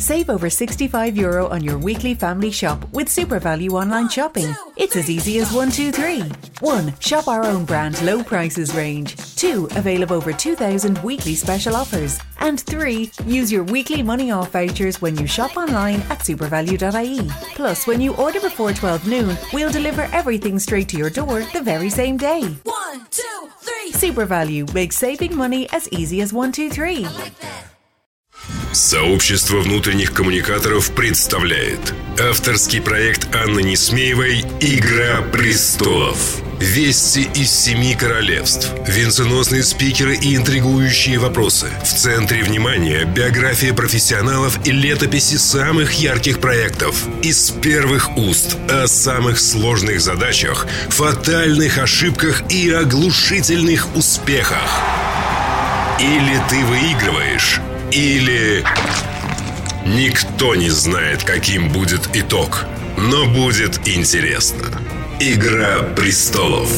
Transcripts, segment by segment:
Save over €65 on your weekly family shop with SuperValue online shopping. It's as easy as 1, 2, 3. 1. Shop our own brand low prices range. 2. Avail of over 2,000 weekly special offers. And 3. Use your weekly money off vouchers when you shop online at supervalue.ie. Plus, when you order before 12 noon, we'll deliver everything straight to your door the very same day. 1, 2, 3. SuperValue makes saving money as easy as 1, 2, 3. Сообщество внутренних коммуникаторов представляет авторский проект Анны Несмеевой «Игра престолов». Вести из 7 королевств, венценосные спикеры и интригующие вопросы. В центре внимания биография профессионалов и летописи самых ярких проектов. Из первых уст о самых сложных задачах, фатальных ошибках и оглушительных успехах. Или ты выигрываешь, или никто не знает, каким будет итог, но будет интересно. Игра престолов.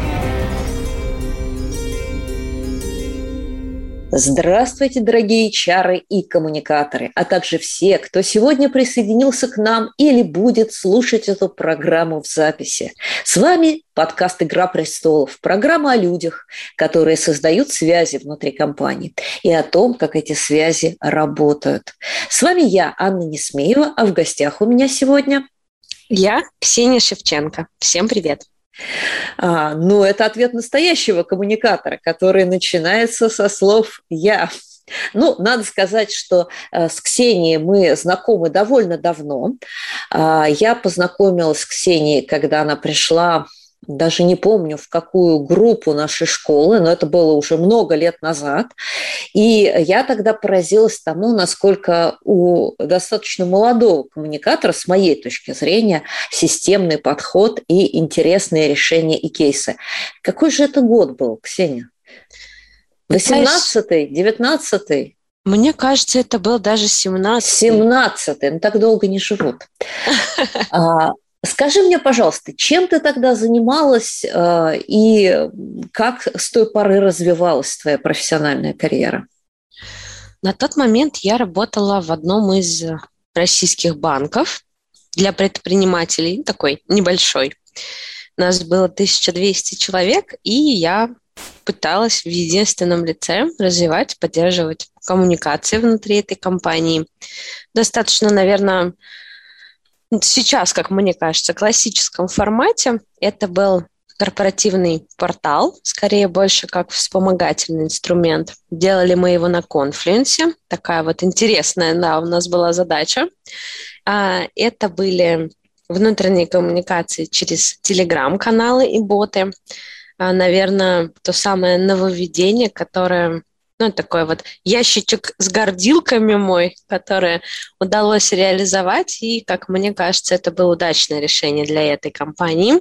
Здравствуйте, дорогие чары и коммуникаторы, а также все, кто сегодня присоединился к нам или будет слушать эту программу в записи. С вами подкаст «Игра престолов», программа о людях, которые создают связи внутри компаний, и о том, как эти связи работают. С вами я, Анна Несмеева, а в гостях у меня сегодня... Я Ксения Шевченко. Всем привет. Ну, это ответ настоящего коммуникатора, который начинается со слов «я». Ну, надо сказать, что с Ксенией мы знакомы довольно давно. Я познакомилась с Ксенией, когда она пришла, даже не помню, в какую группу нашей школы, но это было уже много лет назад. И я тогда поразилась тому, насколько у достаточно молодого коммуникатора, с моей точки зрения, системный подход и интересные решения и кейсы. Какой же это год был, Ксения? 18-й, 19-й? Мне кажется, это был даже 17-й. 17-й, ну так долго не живут. Скажи мне, пожалуйста, чем ты тогда занималась и как с той поры развивалась твоя профессиональная карьера? На тот момент я работала в одном из российских банков для предпринимателей, такой небольшой. Нас было 1200 человек, и я пыталась в единственном лице развивать, поддерживать коммуникации внутри этой компании. Достаточно, наверное, сейчас, как мне кажется, в классическом формате. Это был корпоративный портал, скорее больше как вспомогательный инструмент. Делали мы его на Confluence. Такая вот интересная, да, у нас была задача. Это были внутренние коммуникации через Telegram-каналы и боты. Наверное, то самое нововведение, которое... Ну, такой вот ящичек с гордилками мой, которое удалось реализовать, и, как мне кажется, это было удачное решение для этой компании.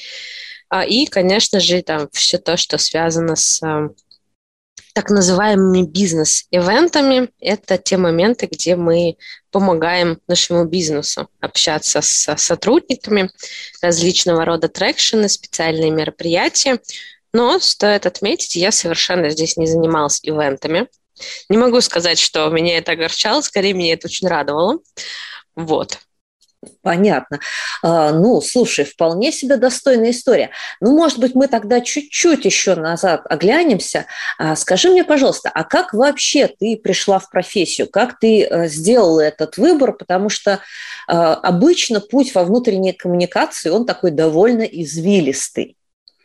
И, конечно же, там все то, что связано с так называемыми бизнес-ивентами, это те моменты, где мы помогаем нашему бизнесу общаться с сотрудниками, различного рода трекшены, специальные мероприятия. Но, стоит отметить, я совершенно здесь не занималась ивентами. Не могу сказать, что меня это огорчало, скорее, меня это очень радовало. Вот. Понятно. Ну, слушай, вполне себе достойная история. Ну, может быть, мы тогда чуть-чуть еще назад оглянемся. Скажи мне, пожалуйста, а как вообще ты пришла в профессию? Как ты сделала этот выбор? Потому что обычно путь во внутренней коммуникации, он такой довольно извилистый.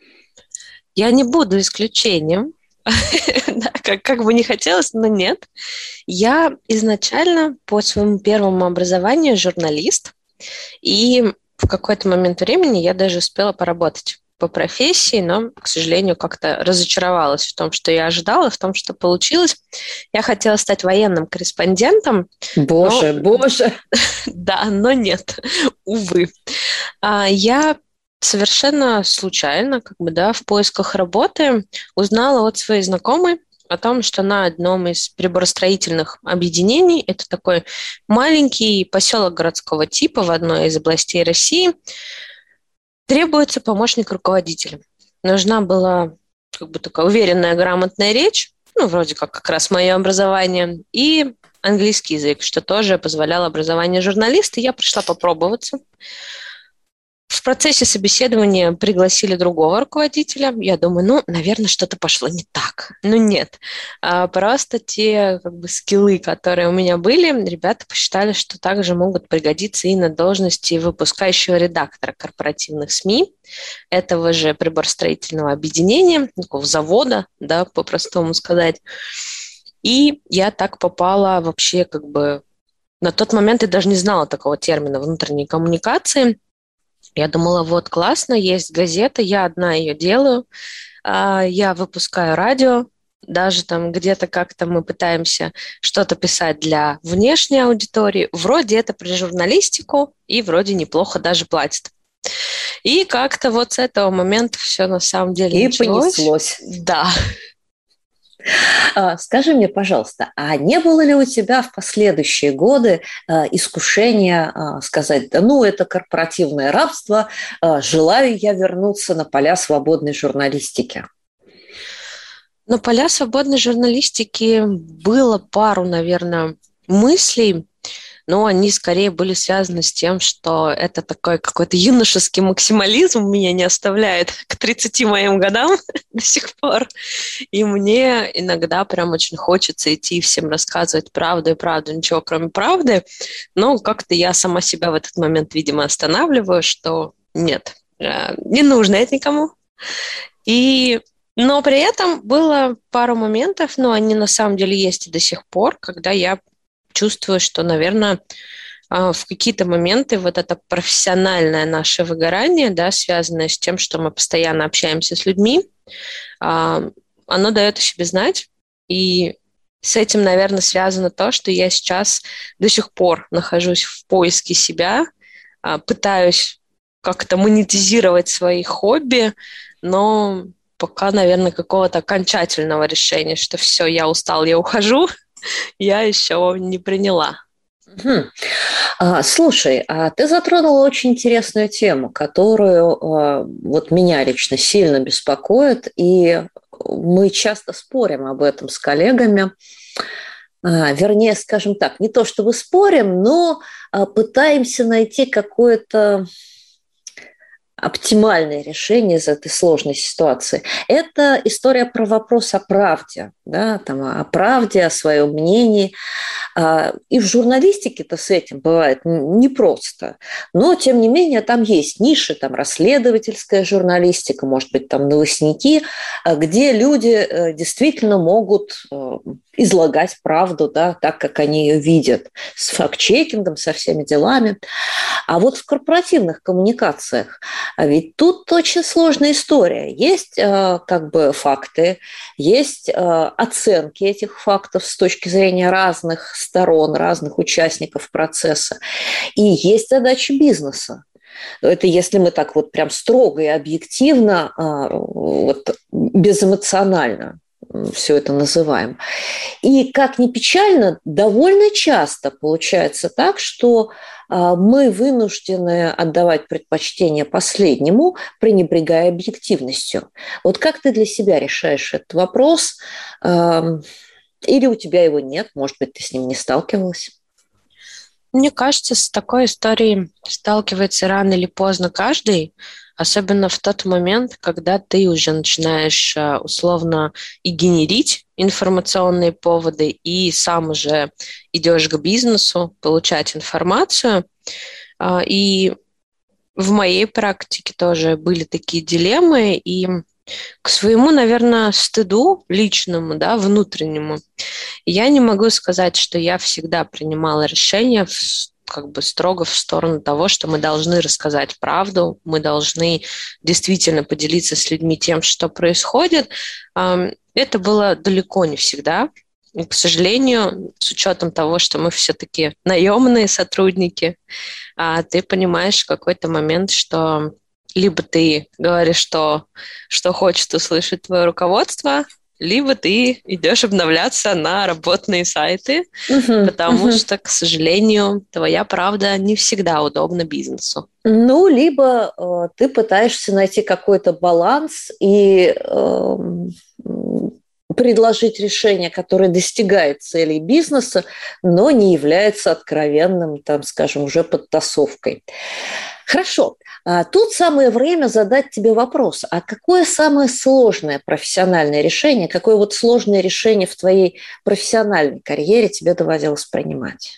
Я не буду исключением, как бы не хотелось, но нет. Я изначально по своему первому образованию журналист, и в какой-то момент времени я даже успела поработать по профессии, но, к сожалению, как-то разочаровалась в том, что я ожидала, в том, что получилось. Я хотела стать военным корреспондентом. Боже. Да, но нет, увы. Я совершенно случайно, в поисках работы узнала от своей знакомой о том, что на одном из приборостроительных объединений, это такой маленький поселок городского типа в одной из областей России, требуется помощник руководителя. Нужна была такая уверенная, грамотная речь, вроде как раз мое образование, и английский язык, что тоже позволяло образование журналиста. Я пришла попробоваться. В процессе собеседования пригласили другого руководителя. Я думаю, наверное, что-то пошло не так. Нет. Просто те скиллы, которые у меня были, ребята посчитали, что также могут пригодиться и на должности выпускающего редактора корпоративных СМИ, этого же приборостроительного объединения, такого завода, да, по-простому сказать. И я так попала вообще на тот момент я даже не знала такого термина внутренней коммуникации. Я думала, вот классно, есть газета, я одна ее делаю, я выпускаю радио, даже там где-то как-то мы пытаемся что-то писать для внешней аудитории, вроде это про журналистику и вроде неплохо даже платят. И как-то вот с этого момента все на самом деле началось. И понеслось. Да. Скажи мне, пожалуйста, а не было ли у тебя в последующие годы искушения сказать, это корпоративное рабство, желаю я вернуться на поля свободной журналистики? На поля свободной журналистики было пару, наверное, мыслей, но они скорее были связаны с тем, что это такой какой-то юношеский максимализм меня не оставляет к 30 моим годам до сих пор. И мне иногда прям очень хочется идти и всем рассказывать правду и правду, ничего кроме правды. Но как-то я сама себя в этот момент, видимо, останавливаю, что нет, не нужно это никому. Но при этом было пару моментов, но они на самом деле есть и до сих пор, когда я чувствую, что, наверное, в какие-то моменты вот это профессиональное наше выгорание, да, связанное с тем, что мы постоянно общаемся с людьми, оно дает о себе знать. И с этим, наверное, связано то, что я сейчас до сих пор нахожусь в поиске себя, пытаюсь как-то монетизировать свои хобби, но пока, наверное, какого-то окончательного решения, что все, я устал, я ухожу, я еще не приняла. Слушай, а ты затронула очень интересную тему, которую вот меня лично сильно беспокоит, и мы часто спорим об этом с коллегами. Вернее, скажем так, не то чтобы спорим, но пытаемся найти какое-то оптимальное решение из этой сложной ситуации. Это история про вопрос о правде, да, там, о правде, о своем мнении. И в журналистике-то с этим бывает непросто. Но, тем не менее, там есть ниши, там расследовательская журналистика, может быть, там новостники, где люди действительно могут излагать правду, да, так, как они ее видят, с факт-чекингом, со всеми делами. А вот в корпоративных коммуникациях ведь тут очень сложная история. Есть факты, есть оценки этих фактов с точки зрения разных сторон, разных участников процесса. И есть задачи бизнеса. Это если мы так вот прям строго и объективно, безэмоционально все это называем. И, как ни печально, довольно часто получается так, что мы вынуждены отдавать предпочтение последнему, пренебрегая объективностью. Вот как ты для себя решаешь этот вопрос? Или у тебя его нет? Может быть, ты с ним не сталкивалась? Мне кажется, с такой историей сталкивается рано или поздно каждый, особенно в тот момент, когда ты уже начинаешь условно и генерить информационные поводы, и сам уже идешь к бизнесу, получать информацию. И в моей практике тоже были такие дилеммы, и к своему, наверное, стыду личному, да, внутреннему, я не могу сказать, что я всегда принимала решения строго в сторону того, что мы должны рассказать правду, мы должны действительно поделиться с людьми тем, что происходит. Это было далеко не всегда. И, к сожалению, с учетом того, что мы все-таки наемные сотрудники, ты понимаешь в какой-то момент, что либо ты говоришь, что хочет услышать твое руководство, либо ты идешь обновляться на работные сайты, потому что, к сожалению, твоя правда не всегда удобна бизнесу. Либо ты пытаешься найти какой-то баланс и предложить решение, которое достигает целей бизнеса, но не является откровенным, там, скажем, уже подтасовкой. Хорошо. Тут самое время задать тебе вопрос. А какое самое сложное профессиональное решение, какое вот сложное решение в твоей профессиональной карьере тебе доводилось принимать?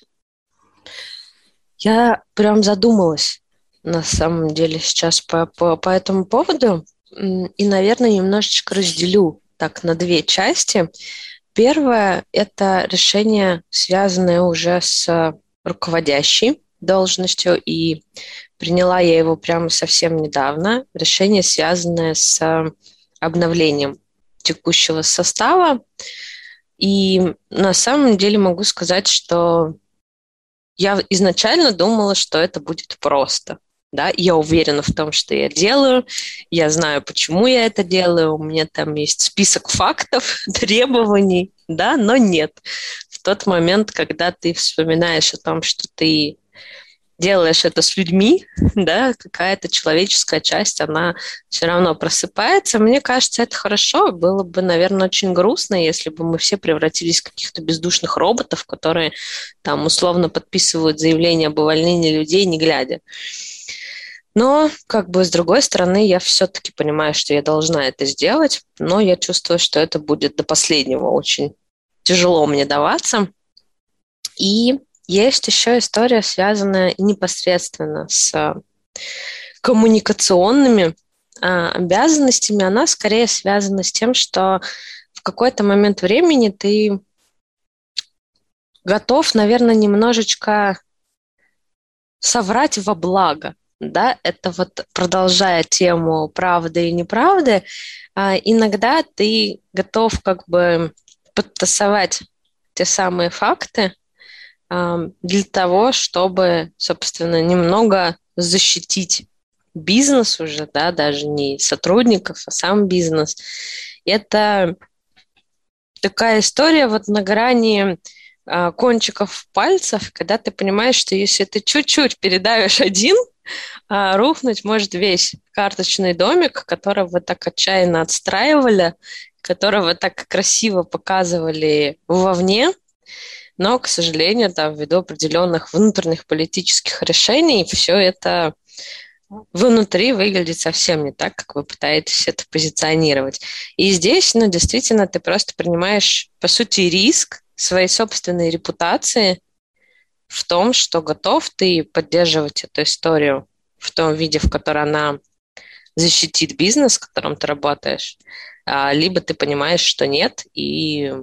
Я прям задумалась, на самом деле, сейчас по этому поводу. И, наверное, немножечко разделю так на две части. Первое – это решение, связанное уже с руководящей должностью, и приняла я его прямо совсем недавно. Решение, связанное с обновлением текущего состава. И на самом деле могу сказать, что я изначально думала, что это будет просто. Да? Я уверена в том, что я делаю, я знаю, почему я это делаю, у меня там есть список фактов, требований, да, но нет. В тот момент, когда ты вспоминаешь о том, что ты делаешь это с людьми, да, какая-то человеческая часть, она все равно просыпается. Мне кажется, это хорошо. Было бы, наверное, очень грустно, если бы мы все превратились в каких-то бездушных роботов, которые там условно подписывают заявление об увольнении людей, не глядя. Но, как бы, с другой стороны, я все-таки понимаю, что я должна это сделать, но я чувствую, что это будет до последнего очень тяжело мне даваться. И есть еще история, связанная непосредственно с коммуникационными обязанностями. Она скорее связана с тем, что в какой-то момент времени ты готов, наверное, немножечко соврать во благо. Да? Это вот, продолжая тему правды и неправды, иногда ты готов как бы подтасовать те самые факты, для того, чтобы, собственно, немного защитить бизнес уже, да, даже не сотрудников, а сам бизнес. Это такая история вот на грани кончиков пальцев, когда ты понимаешь, что если ты чуть-чуть передавишь один, рухнуть может весь карточный домик, которого так отчаянно отстраивали, которого так красиво показывали вовне, но, к сожалению, там, ввиду определенных внутренних политических решений, все это внутри выглядит совсем не так, как вы пытаетесь это позиционировать. И здесь, действительно, ты просто принимаешь, по сути, риск своей собственной репутации в том, что готов ты поддерживать эту историю в том виде, в котором она защитит бизнес, в котором ты работаешь, либо ты понимаешь, что нет, и,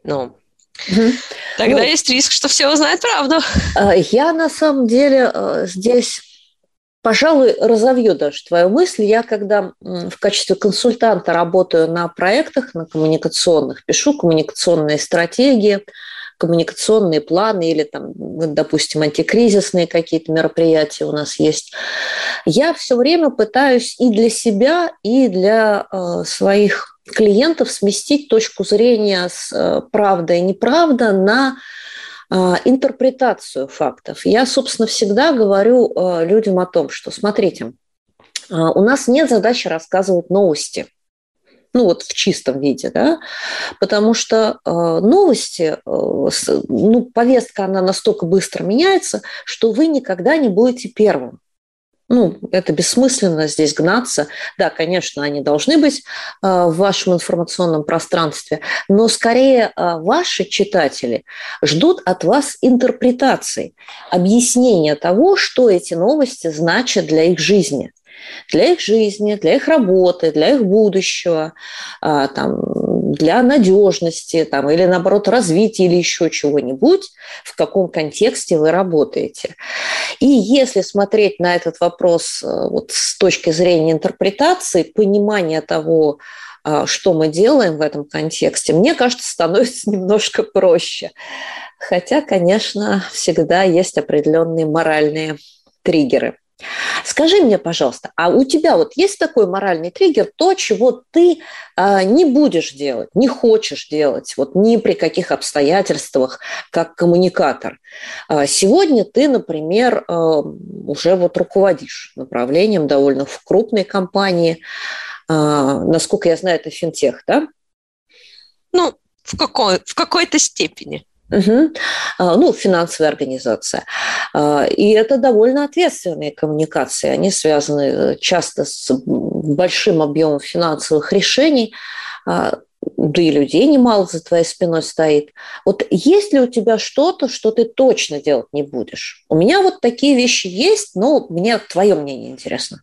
тогда есть риск, что все узнают правду. Я на самом деле здесь, пожалуй, разовью даже твою мысль. Я когда в качестве консультанта работаю на проектах, на коммуникационных, пишу коммуникационные стратегии, коммуникационные планы или, там, допустим, антикризисные какие-то мероприятия у нас есть, я все время пытаюсь и для себя, и для своих клиентов сместить точку зрения с правда и неправда на интерпретацию фактов. Я, собственно, всегда говорю людям о том, что, смотрите, у нас нет задачи рассказывать новости. Вот в чистом виде, да, потому что новости, повестка, она настолько быстро меняется, что вы никогда не будете первым. Это бессмысленно здесь гнаться. Да, конечно, они должны быть в вашем информационном пространстве, но скорее ваши читатели ждут от вас интерпретаций, объяснения того, что эти новости значат для их жизни. Для их жизни, для их работы, для их будущего, для надежности или, наоборот, развития или еще чего-нибудь, в каком контексте вы работаете. И если смотреть на этот вопрос с точки зрения интерпретации, понимания того, что мы делаем в этом контексте, мне кажется, становится немножко проще. Хотя, конечно, всегда есть определенные моральные триггеры. Скажи мне, пожалуйста, а у тебя есть такой моральный триггер, то, чего ты не будешь делать, не хочешь делать, ни при каких обстоятельствах, как коммуникатор? Сегодня ты, например, уже руководишь направлением довольно в крупной компании, насколько я знаю, это финтех, да? Ну, в какой-то степени. Угу. Ну, финансовая организация. И это довольно ответственные коммуникации. Они связаны часто с большим объемом финансовых решений, да и людей немало за твоей спиной стоит. Вот есть ли у тебя что-то, что ты точно делать не будешь? У меня вот такие вещи есть, но мне твое мнение интересно.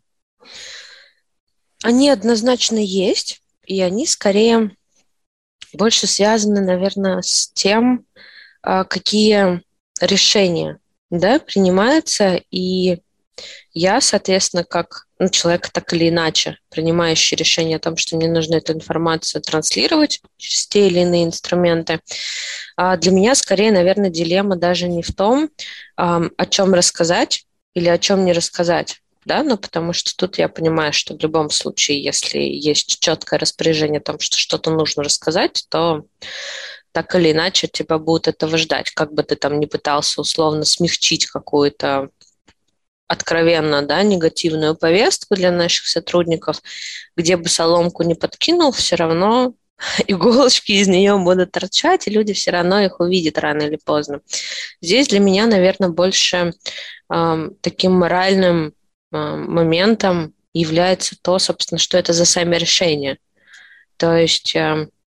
Они однозначно есть, и они скорее больше связаны, наверное, с тем, какие решения, да, принимаются, и я, соответственно, как человек так или иначе принимающий решение о том, что мне нужно эту информацию транслировать через те или иные инструменты, для меня скорее, наверное, дилемма даже не в том, о чем рассказать или о чем не рассказать, да, но потому что тут я понимаю, что в любом случае, если есть четкое распоряжение о том, что что-то нужно рассказать, то так или иначе тебя будут этого ждать, как бы ты там ни пытался условно смягчить какую-то откровенно, да, негативную повестку для наших сотрудников, где бы соломку не подкинул, все равно иголочки из нее будут торчать, и люди все равно их увидят рано или поздно. Здесь для меня, наверное, больше таким моральным моментом является то, собственно, что это за сами решения. То есть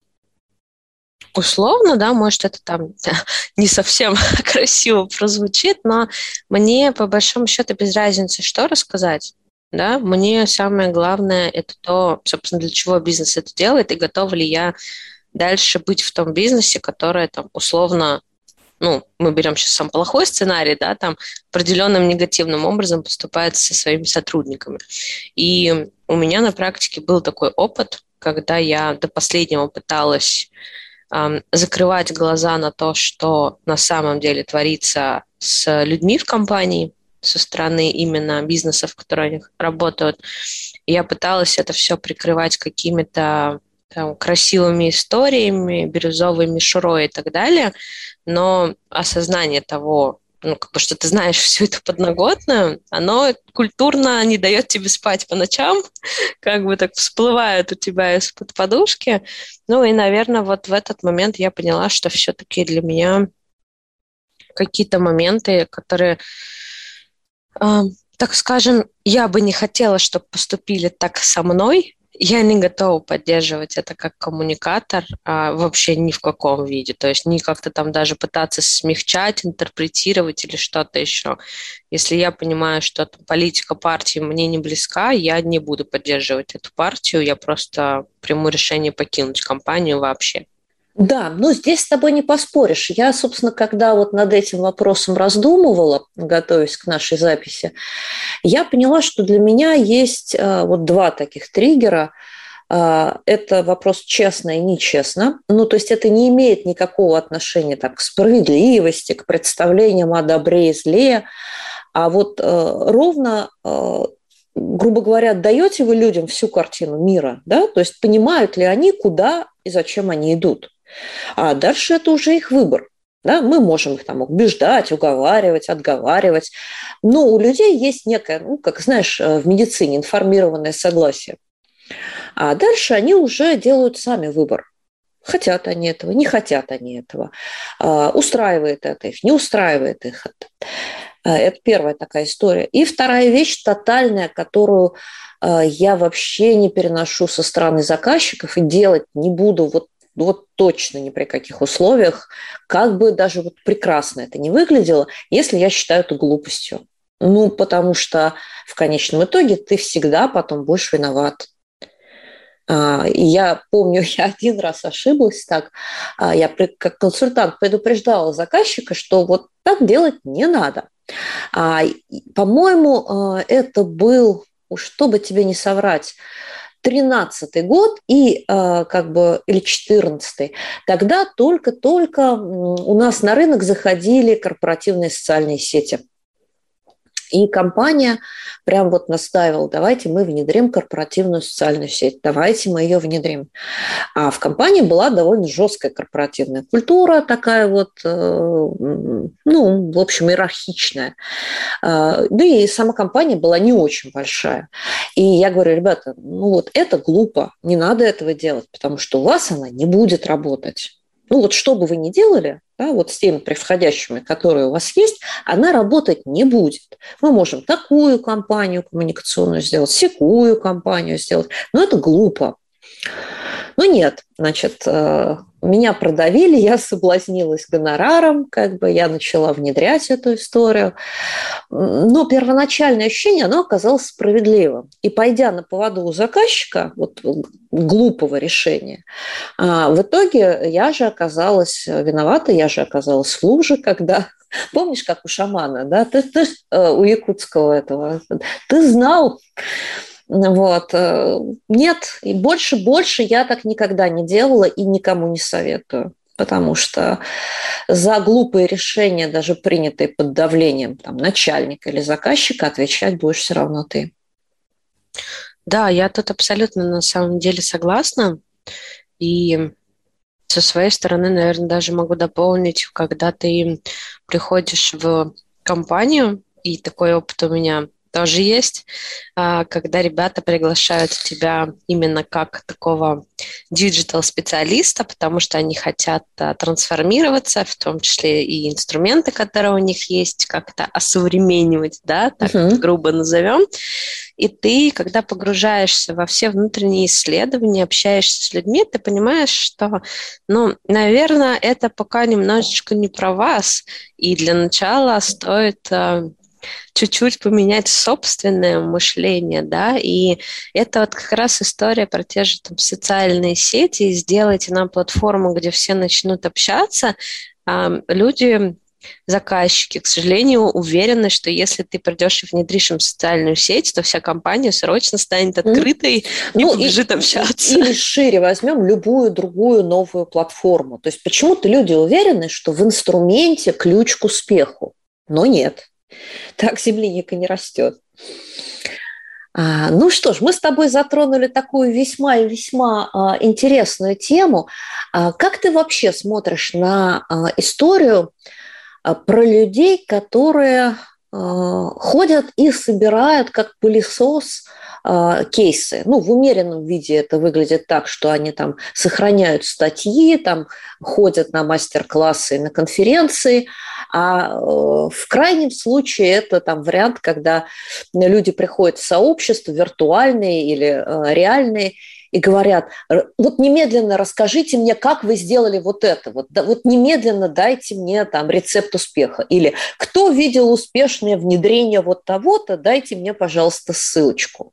условно, да, может, это там не совсем красиво прозвучит, но мне, по большому счету, без разницы, что рассказать. Да? Мне самое главное – это то, собственно, для чего бизнес это делает, и готова ли я дальше быть в том бизнесе, который там условно, ну, мы берем сейчас сам плохой сценарий, да, там определенным негативным образом поступает со своими сотрудниками. И у меня на практике был такой опыт, когда я до последнего пыталась закрывать глаза на то, что на самом деле творится с людьми в компании, со стороны именно бизнесов, которые они работают. Я пыталась это все прикрывать какими-то там красивыми историями, бирюзовой мишурой и так далее, но осознание того, ну, как бы, что ты знаешь всю эту подноготную, оно культурно не дает тебе спать по ночам, как бы так всплывает у тебя из-под подушки. Ну и, наверное, вот в этот момент я поняла, что все-таки для меня какие-то моменты, которые, так скажем, я бы не хотела, чтобы поступили так со мной, я не готова поддерживать это как коммуникатор вообще ни в каком виде. То есть не как-то там даже пытаться смягчать, интерпретировать или что-то еще. Если я понимаю, что политика партии мне не близка, я не буду поддерживать эту партию, я просто приму решение покинуть компанию вообще. Да, ну здесь с тобой не поспоришь. Я, собственно, когда вот над этим вопросом раздумывала, готовясь к нашей записи, я поняла, что для меня есть вот два таких триггера. Это вопрос честно и нечестно. Ну, то есть это не имеет никакого отношения так, к справедливости, к представлениям о добре и зле. А вот ровно, грубо говоря, даете вы людям всю картину мира, да? То есть понимают ли они, куда и зачем они идут. А дальше это уже их выбор. Да? Мы можем их там убеждать, уговаривать, отговаривать. Но у людей есть некое, ну, как знаешь, в медицине информированное согласие. А дальше они уже делают сами выбор. Хотят они этого, не хотят они этого. Устраивает это их, не устраивает их это. Это первая такая история. И вторая вещь тотальная, которую я вообще не переношу со стороны заказчиков и делать не буду вот точно ни при каких условиях, как бы даже вот прекрасно это не выглядело, если я считаю это глупостью. Ну, потому что в конечном итоге ты всегда потом будешь виноват. И я помню, я один раз ошиблась так. Я как консультант предупреждала заказчика, что вот так делать не надо. По-моему, это был, чтобы тебе не соврать, 13-й год или 14-й. Тогда только-только у нас на рынок заходили корпоративные социальные сети. И компания прям вот настаивала, давайте мы внедрим корпоративную социальную сеть, давайте мы ее внедрим. А в компании была довольно жесткая корпоративная культура, такая вот, ну, в общем, иерархичная. Да и сама компания была не очень большая. И я говорю, ребята, ну вот это глупо, не надо этого делать, потому что у вас она не будет работать. Ну вот что бы вы ни делали, да, вот с теми превходящими, которые у вас есть, она работать не будет. Мы можем такую кампанию коммуникационную сделать, сякую кампанию сделать, но это глупо. Ну нет, значит, меня продавили, я соблазнилась гонораром, как бы я начала внедрять эту историю. Но первоначальное ощущение, оно оказалось справедливым. И пойдя на поводу у заказчика, вот глупого решения, в итоге я же оказалась виновата, я же оказалась в луже, когда... Помнишь, как у шамана, да? Ты у якутского этого. Ты знал... Вот. Нет, и больше я так никогда не делала и никому не советую, потому что за глупые решения, даже принятые под давлением там, начальника или заказчика, отвечать будешь все равно ты. Да, я тут абсолютно на самом деле согласна. И со своей стороны, наверное, даже могу дополнить, когда ты приходишь в компанию, и такой опыт у меня тоже есть, когда ребята приглашают тебя именно как такого диджитал-специалиста, потому что они хотят трансформироваться, в том числе и инструменты, которые у них есть, как-то осовременивать, да, так грубо назовем. И ты, когда погружаешься во все внутренние исследования, общаешься с людьми, ты понимаешь, что, ну, наверное, это пока немножечко не про вас, и для начала стоит... чуть-чуть поменять собственное мышление, да, и это вот как раз история про те же там социальные сети, и сделать нам платформу, где все начнут общаться, люди, заказчики, к сожалению, уверены, что если ты придешь и внедришь им социальную сеть, то вся компания срочно станет открытой и побежит общаться. Или шире возьмем любую другую новую платформу. То есть почему-то люди уверены, что в инструменте ключ к успеху, но нет. Так земляника не растет. Ну что ж, мы с тобой затронули такую весьма и весьма интересную тему. Как ты вообще смотришь на историю про людей, которые ходят и собирают как пылесос кейсы? Ну, в умеренном виде это выглядит так, что они там сохраняют статьи, там ходят на мастер-классы и на конференции, а в крайнем случае это там вариант, когда люди приходят в сообщество, виртуальные или реальные, и говорят, вот немедленно расскажите мне, как вы сделали вот это, вот немедленно дайте мне там рецепт успеха, или кто видел успешное внедрение вот того-то, дайте мне, пожалуйста, ссылочку.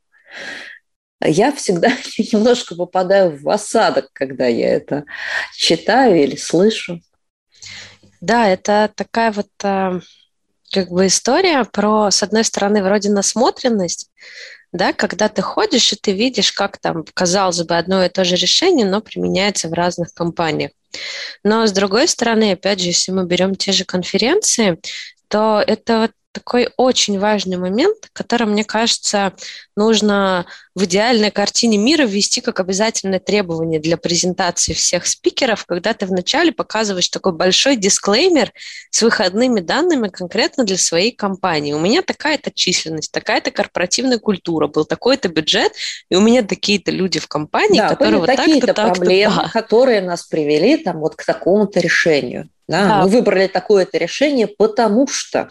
Я всегда немножко попадаю в осадок, когда я это читаю или слышу. Да, это такая вот как бы история про, с одной стороны, вроде насмотренность, да, когда ты ходишь и ты видишь, как там, казалось бы, одно и то же решение, но применяется в разных компаниях. Но, с другой стороны, опять же, если мы берем те же конференции, то это вот такой очень важный момент, который, мне кажется, нужно в идеальной картине мира ввести как обязательное требование для презентации всех спикеров, когда ты вначале показываешь такой большой дисклеймер с выходными данными конкретно для своей компании. У меня такая-то численность, такая-то корпоративная культура, был такой-то бюджет, и у меня такие-то люди в компании, да, которые вот такие-то так-то, проблемы, так-то, которые нас привели там, вот к такому-то решению. Да? Мы выбрали такое-то решение, потому что...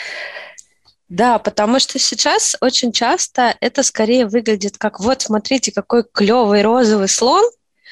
Да, потому что сейчас очень часто это скорее выглядит как вот, смотрите, какой клевый розовый слон,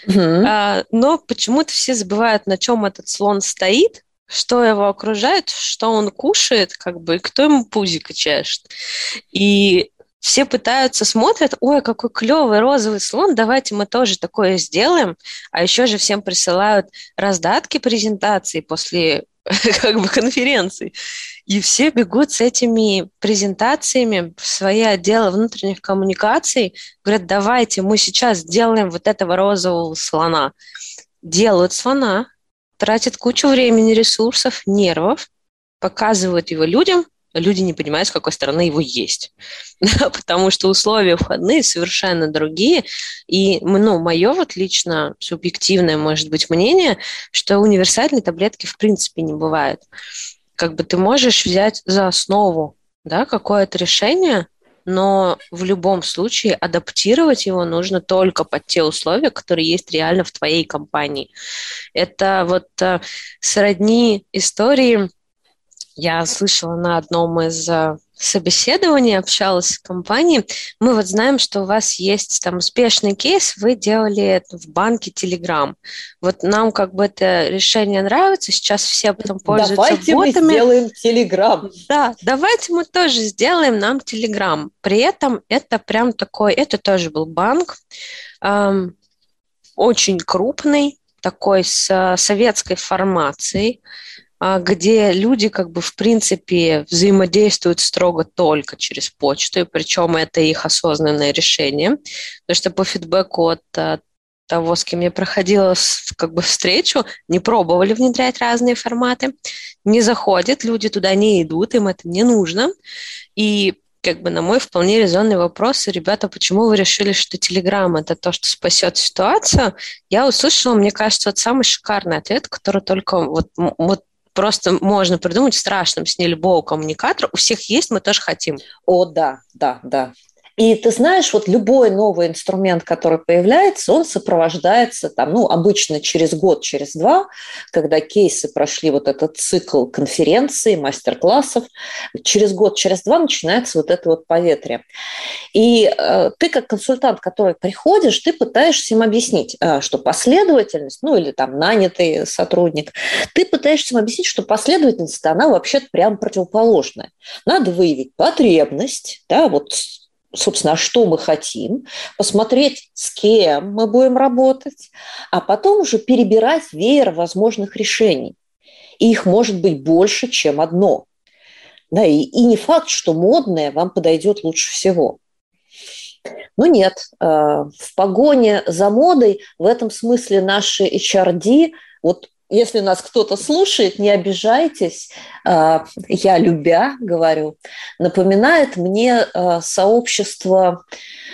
но почему-то все забывают, на чем этот слон стоит, что его окружает, что он кушает, как бы, и кто ему пузико чешет. И все пытаются, смотрят, ой, какой клевый розовый слон, давайте мы тоже такое сделаем. А еще же всем присылают раздатки презентаций после как бы конференций. И все бегут с этими презентациями в свои отделы внутренних коммуникаций, говорят, давайте мы сейчас сделаем вот этого розового слона. Делают слона, тратят кучу времени, ресурсов, нервов, показывают его людям, люди не понимают, с какой стороны его есть. Потому что условия входные совершенно другие. И, мое вот лично субъективное, может быть, мнение, что универсальной таблетки в принципе не бывает. Как бы ты можешь взять за основу, да, какое-то решение, но в любом случае адаптировать его нужно только под те условия, которые есть реально в твоей компании. Это вот сродни истории. Я слышала на одном из собеседований, общалась с компанией. Мы вот знаем, что у вас есть там успешный кейс, вы делали это в банке Telegram. Вот нам как бы это решение нравится, сейчас все потом пользуются давайте ботами. Мы сделаем Telegram. Да, давайте мы тоже сделаем нам Telegram. При этом это прям такой, это тоже был банк, очень крупный, такой с советской формацией, где люди как бы в принципе взаимодействуют строго только через почту, и причем это их осознанное решение, потому что по фидбэку от того, с кем я проходила как бы встречу, не пробовали внедрять разные форматы, не заходят, люди туда не идут, им это не нужно, и как бы на мой вполне резонный вопрос: ребята, почему вы решили, что Telegram – это то, что спасет ситуацию? Я услышала, мне кажется, вот самый шикарный ответ, который только вот просто можно придумать в страшном сне любого коммуникатора. У всех есть, мы тоже хотим. О, да. И ты знаешь, вот любой новый инструмент, который появляется, он сопровождается там, обычно через год, через два, когда кейсы прошли вот этот цикл конференций, мастер-классов, через год, через два начинается вот это вот поветрие. И ты как консультант, который приходишь, ты пытаешься им объяснить, что последовательность, или там нанятый сотрудник, ты пытаешься им объяснить, что последовательность, она вообще-то прям противоположная. Надо выявить потребность, да, вот собственно, что мы хотим, посмотреть, с кем мы будем работать, а потом уже перебирать веер возможных решений. И их может быть больше, чем одно. Да, и не факт, что модное вам подойдет лучше всего. Но нет, в погоне за модой в этом смысле наши HRD, вот если нас кто-то слушает, не обижайтесь, я любя говорю, напоминает мне сообщество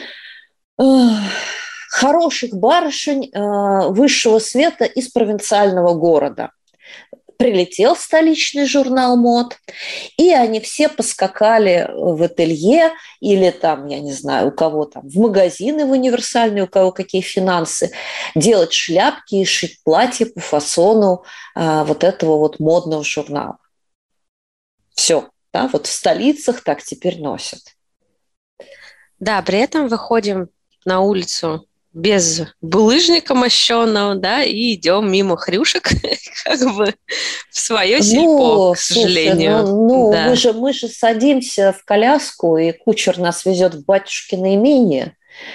хороших барышень высшего света из провинциального города. Прилетел столичный журнал мод, и они все поскакали в ателье или там, я не знаю, у кого там, в магазины в универсальные, у кого какие финансы, делать шляпки и шить платья по фасону вот этого вот модного журнала. Все, да, вот в столицах так теперь носят. Да, при этом выходим на улицу без булыжника мощенного, да, и идем мимо хрюшек, как бы в свое сельпо, к сожалению. Да. мы же садимся в коляску, и кучер нас везет в батюшкино имение.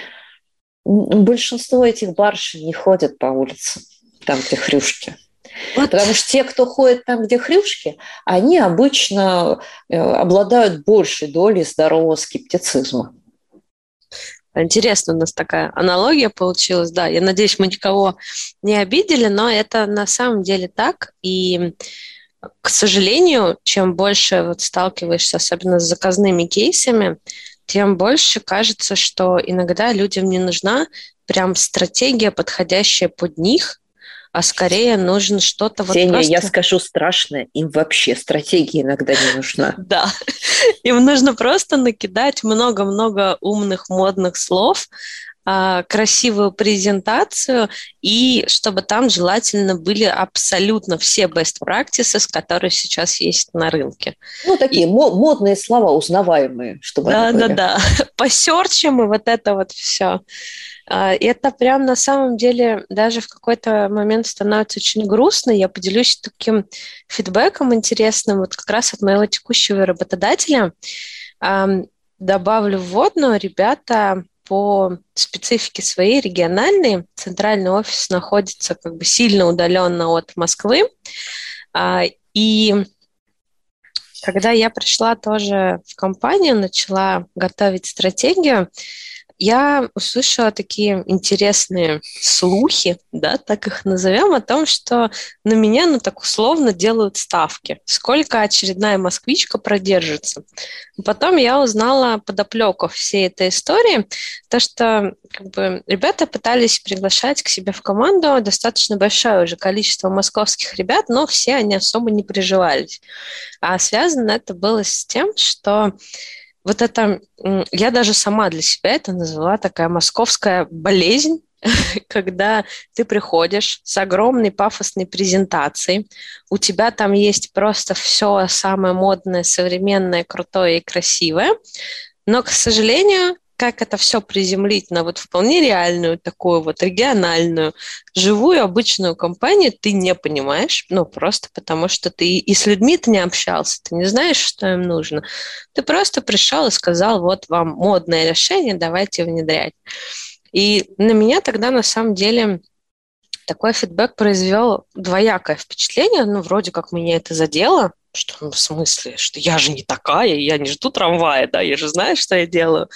Большинство этих барышень не ходят по улице, там, где хрюшки. Вот. Потому что те, кто ходит там, где хрюшки, они обычно обладают большей долей здорового скептицизма. Интересно, у нас такая аналогия получилась, да. Я надеюсь, мы никого не обидели, но это на самом деле так. И, к сожалению, чем больше вот сталкиваешься, особенно с заказными кейсами, тем больше кажется, что иногда людям не нужна прям стратегия, подходящая под них, а скорее нужно что-то вот Ксения, просто... я скажу страшное, им вообще стратегия иногда не нужна. Да, им нужно просто накидать много-много умных, модных слов, красивую презентацию, и чтобы там желательно были абсолютно все best practices, которые сейчас есть на рынке. Такие модные слова, узнаваемые, чтобы они были. Да. Посерчим и вот это вот все. Это прям на самом деле даже в какой-то момент становится очень грустно. Я поделюсь таким фидбэком интересным вот как раз от моего текущего работодателя. Добавлю вводную, ребята по специфике своей региональной, центральный офис находится как бы сильно удаленно от Москвы. И когда я пришла тоже в компанию, начала готовить стратегию, Я услышала такие интересные слухи, да, так их назовем, о том, что на меня, ну, так условно делают ставки. Сколько очередная москвичка продержится. Потом я узнала подоплеку всей этой истории, то, что как бы, ребята пытались приглашать к себе в команду достаточно большое уже количество московских ребят, но все они особо не приживались. А связано это было с тем, что вот это, я даже сама для себя это назвала такая московская болезнь, когда ты приходишь с огромной пафосной презентацией, у тебя там есть просто все самое модное, современное, крутое и красивое, но, к сожалению, как это все приземлить на вот вполне реальную, такую вот региональную, живую, обычную компанию, ты не понимаешь, ну, просто потому что ты и с людьми-то не общался, ты не знаешь, что им нужно. Ты просто пришел и сказал, вот вам модное решение, давайте внедрять. И на меня тогда, на самом деле, такой фидбэк произвел двоякое впечатление, ну, вроде как меня это задело, что, ну, в смысле, что я же не такая, я не жду трамвая, да, я же знаю, что я делаю.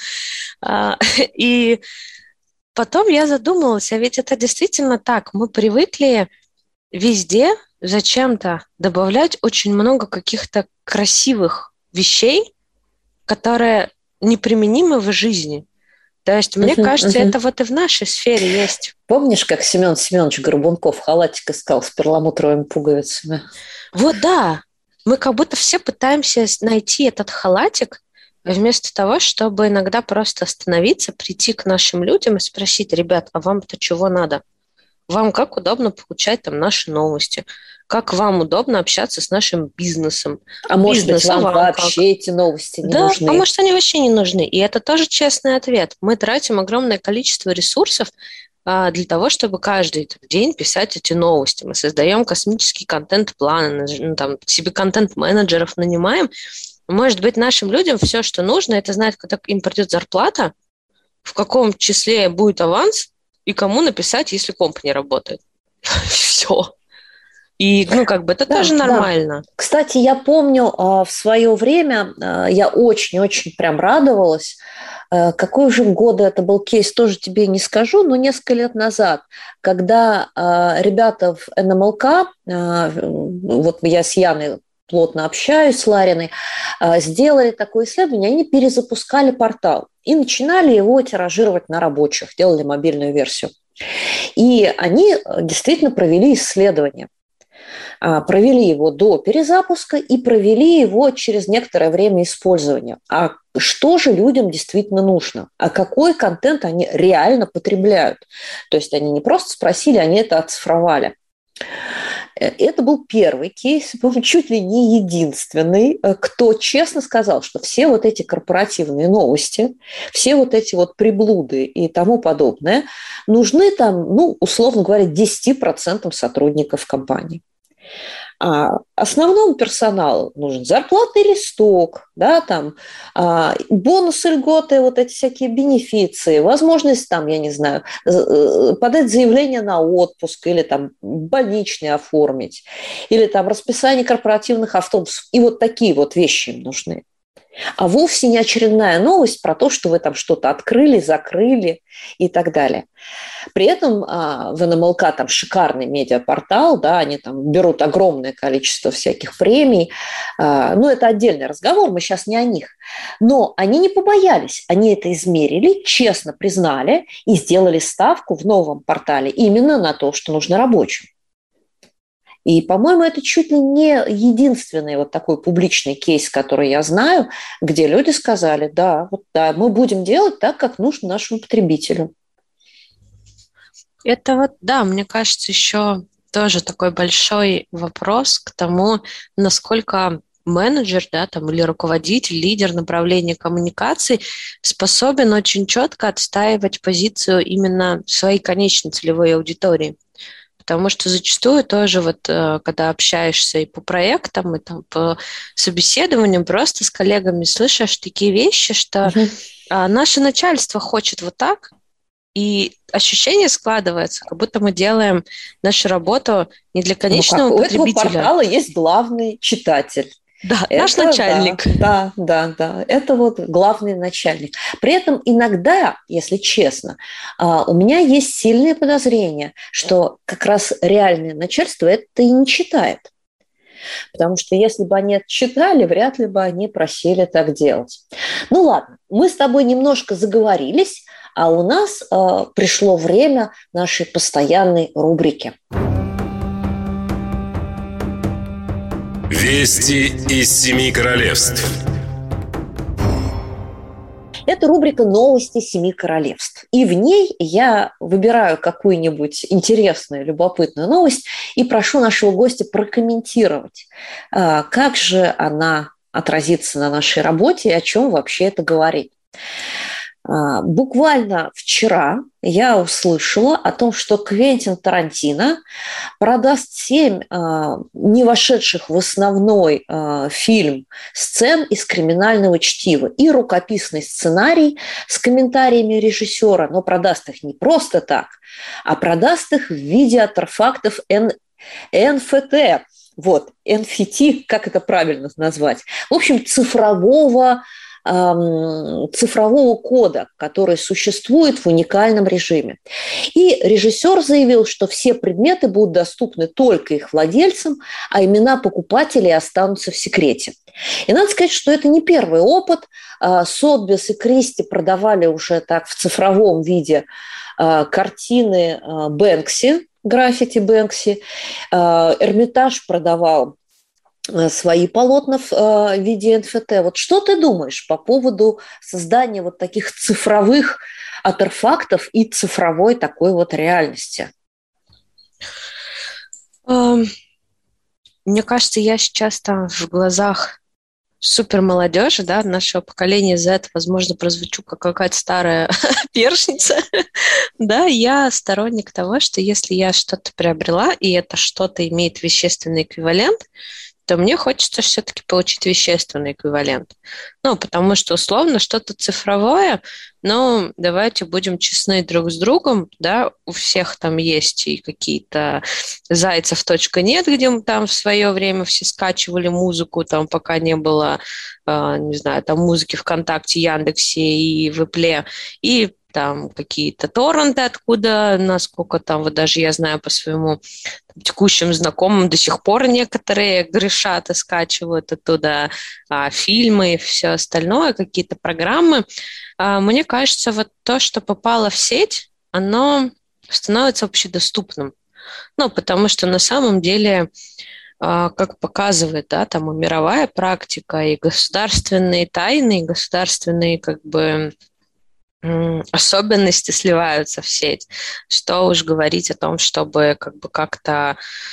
И потом я задумалась, а ведь это действительно так, мы привыкли везде зачем-то добавлять очень много каких-то красивых вещей, которые неприменимы в жизни. То есть, мне кажется, это вот и в нашей сфере есть. Помнишь, как Семен Семенович Горбунков халатик искал с перламутровыми пуговицами? Вот да, мы как будто все пытаемся найти этот халатик, вместо того, чтобы иногда просто остановиться, прийти к нашим людям и спросить, ребят, а вам-то чего надо? Вам как удобно получать там наши новости? Как вам удобно общаться с нашим бизнесом? А может быть, вам вообще эти новости не нужны? Да, а может, они вообще не нужны. И это тоже честный ответ. Мы тратим огромное количество ресурсов для того, чтобы каждый день писать эти новости. Мы создаем космический контент-план, там, себе контент-менеджеров нанимаем. Может быть, нашим людям все, что нужно, это знать, когда им придет зарплата, в каком числе будет аванс, и кому написать, если комп не работает. Все. И, ну, как бы это тоже нормально. Да. Кстати, я помню, в свое время я очень-очень прям радовалась. Какой же года это был кейс, тоже тебе не скажу, но несколько лет назад, когда ребята в НМЛК, вот я с Яной плотно общаюсь, с Лариной, сделали такое исследование, они перезапускали портал и начинали его тиражировать на рабочих, делали мобильную версию. И они действительно провели исследование. Провели его до перезапуска и провели его через некоторое время использования. А что же людям действительно нужно? А какой контент они реально потребляют? То есть они не просто спросили, они это оцифровали. Это был первый кейс, чуть ли не единственный, кто честно сказал, что все вот эти корпоративные новости, все вот эти вот приблуды и тому подобное нужны там, ну, условно говоря, 10% сотрудников компании. А основному персоналу нужен зарплатный листок, да, там, бонусы, льготы, вот эти всякие бенефиции, возможность там, я не знаю, подать заявление на отпуск или там больничный оформить, или там расписание корпоративных автобусов. И вот такие вот вещи им нужны. А вовсе не очередная новость про то, что вы там что-то открыли, закрыли и так далее. При этом в НМЛК там шикарный медиапортал, да, они там берут огромное количество всяких премий. Ну, это отдельный разговор, мы сейчас не о них. Но они не побоялись, они это измерили, честно признали и сделали ставку в новом портале именно на то, что нужно рабочим. И, по-моему, это чуть ли не единственный вот такой публичный кейс, который я знаю, где люди сказали, да, вот, да, мы будем делать так, как нужно нашему потребителю. Это вот, да, мне кажется, еще тоже такой большой вопрос к тому, насколько менеджер, да, там, или руководитель, лидер направления коммуникаций способен очень четко отстаивать позицию именно своей конечной целевой аудитории. Потому что зачастую тоже вот, когда общаешься и по проектам, и там по собеседованиям, просто с коллегами слышишь такие вещи, что наше начальство хочет вот так, и ощущение складывается, как будто мы делаем нашу работу не для конечного потребителя. У этого портала есть главный читатель. Да, наш начальник. Да. Это вот главный начальник. При этом иногда, если честно, у меня есть сильное подозрение, что как раз реальное начальство это и не читает. Потому что если бы они это читали, вряд ли бы они просили так делать. Ну ладно, мы с тобой немножко заговорились, а у нас пришло время нашей постоянной рубрики. Вести из семи королевств. Это рубрика «Новости семи королевств». И в ней я выбираю какую-нибудь интересную, любопытную новость и прошу нашего гостя прокомментировать, как же она отразится на нашей работе и о чем вообще это говорит. Буквально вчера я услышала о том, что Квентин Тарантино продаст 7 не вошедших в основной фильм сцен из «Криминального чтива» и рукописный сценарий с комментариями режиссера, но продаст их не просто так, а продаст их в виде артефактов NFT. Вот, NFT, как это правильно назвать? В общем, цифрового кода, который существует в уникальном режиме. И режиссер заявил, что все предметы будут доступны только их владельцам, а имена покупателей останутся в секрете. И надо сказать, что это не первый опыт. Сотбис и Кристи продавали уже так в цифровом виде картины Бэнкси, граффити Бэнкси. Эрмитаж продавал свои полотна в виде NFT. Вот что ты думаешь по поводу создания вот таких цифровых артефактов и цифровой такой вот реальности? Мне кажется, я сейчас там в глазах супер молодежи, да, нашего поколения Z, возможно, прозвучу как какая-то старая першница. Да, я сторонник того, что если я что-то приобрела, и это что-то имеет вещественный эквивалент, то мне хочется все-таки получить вещественный эквивалент. Ну, потому что, условно, что-то цифровое, но давайте будем честны друг с другом, да, у всех там есть и какие-то зайцев.нет, где мы там в свое время все скачивали музыку, там пока не было, не знаю, там музыки ВКонтакте, Яндексе и в Apple, и там какие-то торренты, откуда, насколько там, вот даже я знаю по своему текущим знакомым, до сих пор некоторые грешат и скачивают оттуда фильмы и все остальное, какие-то программы. Мне кажется, вот то, что попало в сеть, оно становится общедоступным. Ну, потому что на самом деле, как показывает, да, там и мировая практика, и государственные тайны, и государственные как бы особенности сливаются в сеть. Что уж говорить о том, чтобы как бы как-то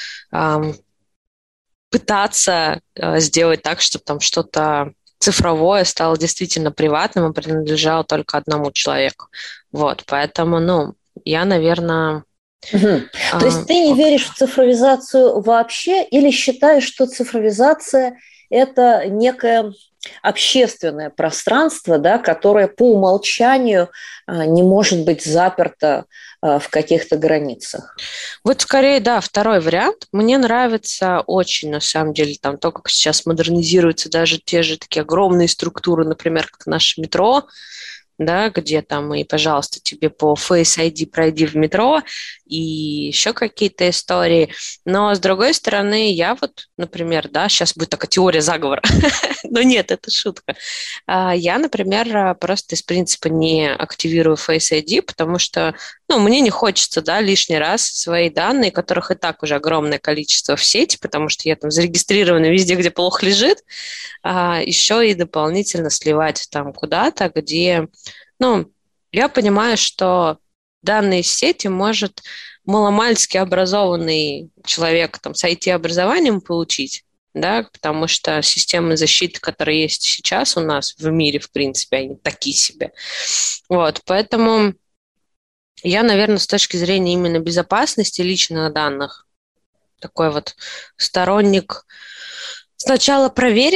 пытаться сделать так, чтобы там что-то цифровое стало действительно приватным и принадлежало только одному человеку. Вот, поэтому, ну, я, наверное... То есть ты не веришь в цифровизацию вообще или считаешь, что цифровизация – это некое общественное пространство, да, которое по умолчанию не может быть заперто в каких-то границах? Вот скорее, да, второй вариант. Мне нравится очень, на самом деле, там то, как сейчас модернизируются даже те же такие огромные структуры, например, как наше метро, да, где там и, пожалуйста, тебе по Face ID пройди в метро и еще какие-то истории. Но, с другой стороны, я вот, например, да, сейчас будет такая теория заговора, но нет, это шутка. Я, например, просто из принципа не активирую Face ID, потому что, ну, мне не хочется, да, лишний раз свои данные, которых и так уже огромное количество в сети, потому что я там зарегистрирована везде, где плохо лежит, еще и дополнительно сливать там куда-то, где... Ну, я понимаю, что данные сети может маломальски образованный человек там, с IT-образованием получить, да, потому что системы защиты, которые есть сейчас у нас в мире, в принципе, они такие себе. Вот, поэтому я, наверное, с точки зрения именно безопасности личных данных такой вот сторонник сначала проверить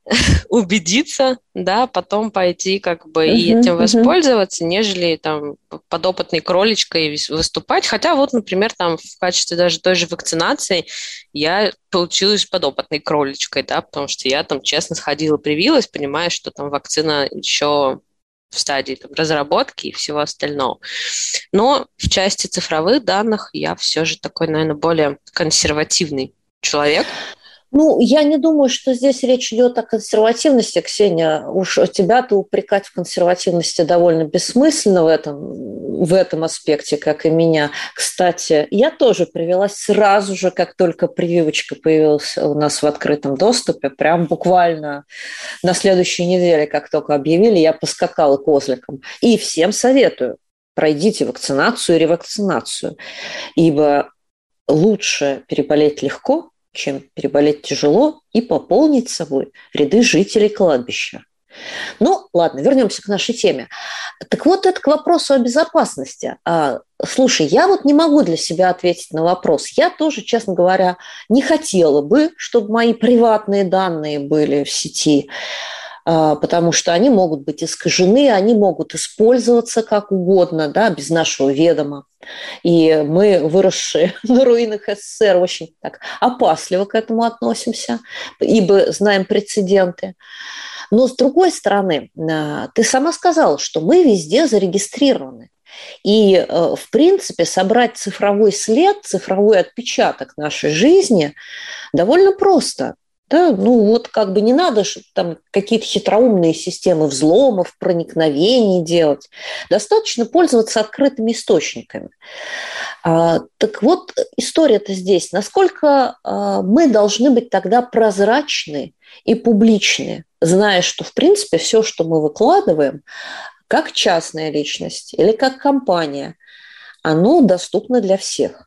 убедиться, да, потом пойти как бы и этим воспользоваться, нежели там подопытной кроличкой выступать. Хотя вот, например, там в качестве даже той же вакцинации я получилась подопытной кроличкой, да, потому что я там честно сходила, привилась, понимая, что там вакцина еще в стадии там, разработки и всего остального. Но в части цифровых данных я все же такой, наверное, более консервативный человек. Ну, я не думаю, что здесь речь идет о консервативности, Ксения. Уж тебя-то упрекать в консервативности довольно бессмысленно в этом аспекте, как и меня. Кстати, я тоже привелась сразу же, как только прививочка появилась у нас в открытом доступе, прям буквально на следующей неделе, как только объявили, я поскакала козликом. И всем советую, пройдите вакцинацию и ревакцинацию, ибо лучше переболеть легко, чем переболеть тяжело и пополнить собой ряды жителей кладбища. Ну, ладно, вернемся к нашей теме. Так вот, это к вопросу о безопасности. Слушай, я вот не могу для себя ответить на вопрос. Я тоже, честно говоря, не хотела бы, чтобы мои приватные данные были в сети, потому что они могут быть искажены, они могут использоваться как угодно, да, без нашего ведома. И мы, выросшие на руинах СССР, очень так опасливо к этому относимся, ибо знаем прецеденты. Но, с другой стороны, ты сама сказала, что мы везде зарегистрированы. И, в принципе, собрать цифровой след, цифровой отпечаток нашей жизни довольно просто. Да, ну вот как бы не надо там какие-то хитроумные системы взломов, проникновений делать. Достаточно пользоваться открытыми источниками. Так вот, история-то здесь. Насколько мы должны быть тогда прозрачны и публичны, зная, что, в принципе, все, что мы выкладываем, как частная личность или как компания, оно доступно для всех.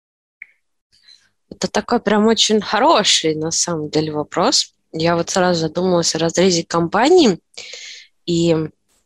Это такой прям очень хороший, на самом деле, вопрос. Я вот сразу задумалась о разрезе компании, и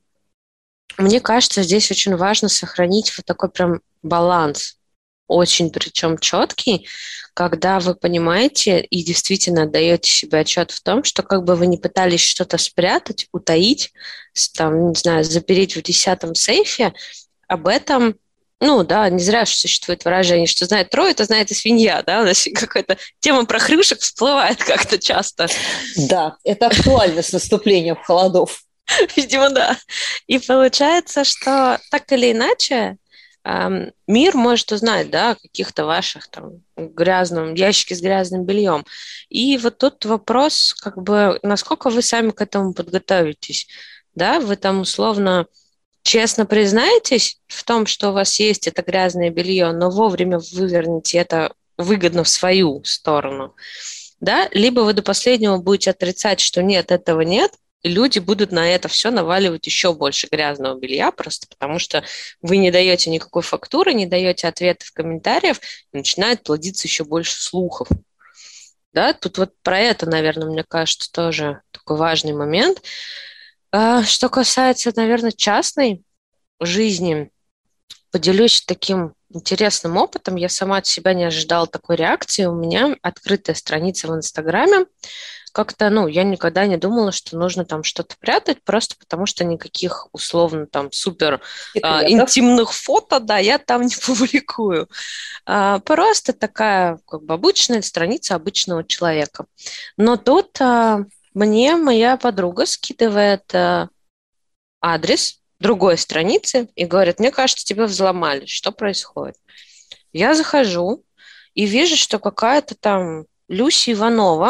мне кажется, здесь очень важно сохранить вот такой прям баланс, очень причем четкий, когда вы понимаете и действительно отдаете себе отчет в том, что как бы вы не пытались что-то спрятать, утаить, там, не знаю, запереть в 10-м сейфе, об этом. Ну, да, не зря существует выражение, что знает трое, то знает и свинья, да, у нас какая-то тема про хрюшек всплывает как-то часто. Да, это актуально с наступлением холодов. Видимо, да. И получается, что так или иначе мир может узнать, да, о каких-то ваших там грязном ящике с грязным бельем. И вот тут вопрос, как бы, насколько вы сами к этому подготовитесь, да, вы там условно честно признаетесь в том, что у вас есть это грязное белье, но вовремя выверните это выгодно в свою сторону, да, либо вы до последнего будете отрицать, что нет, этого нет, и люди будут на это все наваливать еще больше грязного белья, просто потому что вы не даете никакой фактуры, не даете ответов, комментариев, и начинает плодиться еще больше слухов. Да, тут вот про это, наверное, мне кажется, тоже такой важный момент. Что касается, наверное, частной жизни, поделюсь таким интересным опытом. Я сама от себя не ожидала такой реакции. У меня открытая страница в Инстаграме. Как-то, я никогда не думала, что нужно там что-то прятать, просто потому что никаких условно там супер интимных фото, да, я там не публикую. Просто такая как бы обычная страница обычного человека. Но тут мне моя подруга скидывает адрес другой страницы и говорит: мне кажется, тебя взломали. Что происходит? Я захожу и вижу, что какая-то там Люся Иванова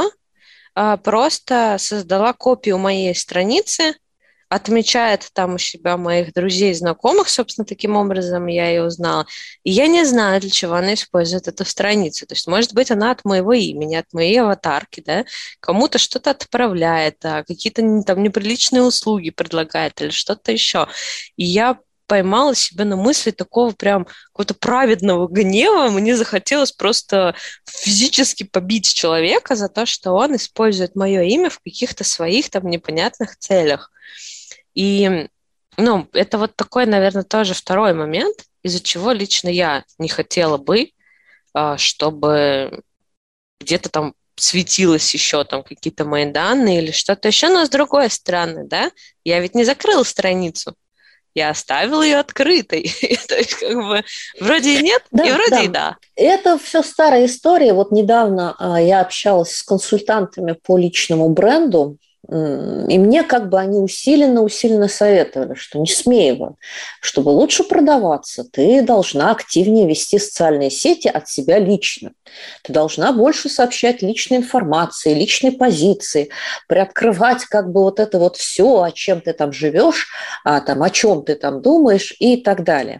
просто создала копию моей страницы, отмечает там у себя моих друзей и знакомых, собственно, таким образом я ее узнала. И я не знаю, для чего она использует эту страницу. То есть, может быть, она от моего имени, от моей аватарки, да, кому-то что-то отправляет, какие-то там неприличные услуги предлагает или что-то еще. И я поймала себя на мысли такого прям какого-то праведного гнева. Мне захотелось просто физически побить человека за то, что он использует мое имя в каких-то своих там непонятных целях. И, это вот такой, наверное, тоже второй момент, из-за чего лично я не хотела бы, чтобы где-то там светилось еще там какие-то мои данные или что-то еще, но с другой стороны, да, я ведь не закрыла страницу, я оставила ее открытой. То есть, как бы, вроде и нет, Да, и вроде да. и да. Это все старая история. Вот недавно я общалась с консультантами по личному бренду, и мне как бы они усиленно советовали, что не смей его, чтобы лучше продаваться, ты должна активнее вести социальные сети от себя лично. Ты должна больше сообщать личной информации, личной позиции, приоткрывать как бы вот это вот все, о чем ты там живешь, там, о чем ты там думаешь и так далее.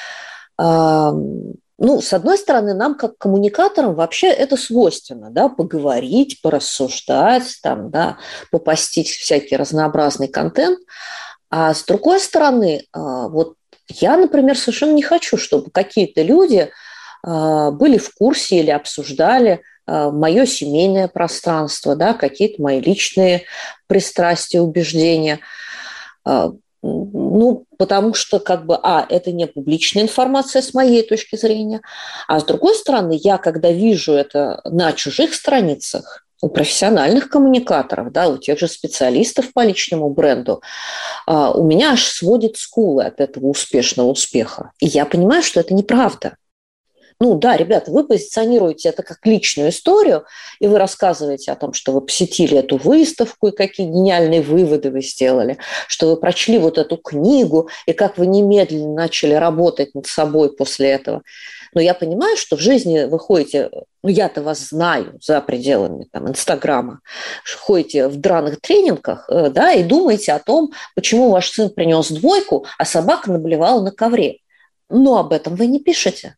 Ну, с одной стороны, нам, как коммуникаторам, вообще это свойственно, да, поговорить, порассуждать, там, да, попостить всякий разнообразный контент. А с другой стороны, вот я, например, совершенно не хочу, чтобы какие-то люди были в курсе или обсуждали мое семейное пространство, да, какие-то мои личные пристрастия, убеждения. Ну, потому что, как бы, это не публичная информация с моей точки зрения, а с другой стороны, я, когда вижу это на чужих страницах, у профессиональных коммуникаторов, да, у тех же специалистов по личному бренду, у меня аж сводит скулы от этого успешного успеха. И я понимаю, что это неправда. Ну да, ребята, вы позиционируете это как личную историю, и вы рассказываете о том, что вы посетили эту выставку, и какие гениальные выводы вы сделали, что вы прочли вот эту книгу, и как вы немедленно начали работать над собой после этого. Но я понимаю, что в жизни вы ходите, ну я-то вас знаю за пределами там, Инстаграма, ходите в драных тренингах, да, и думаете о том, почему ваш сын принес 2, а собака наблевала на ковре. Но об этом вы не пишете.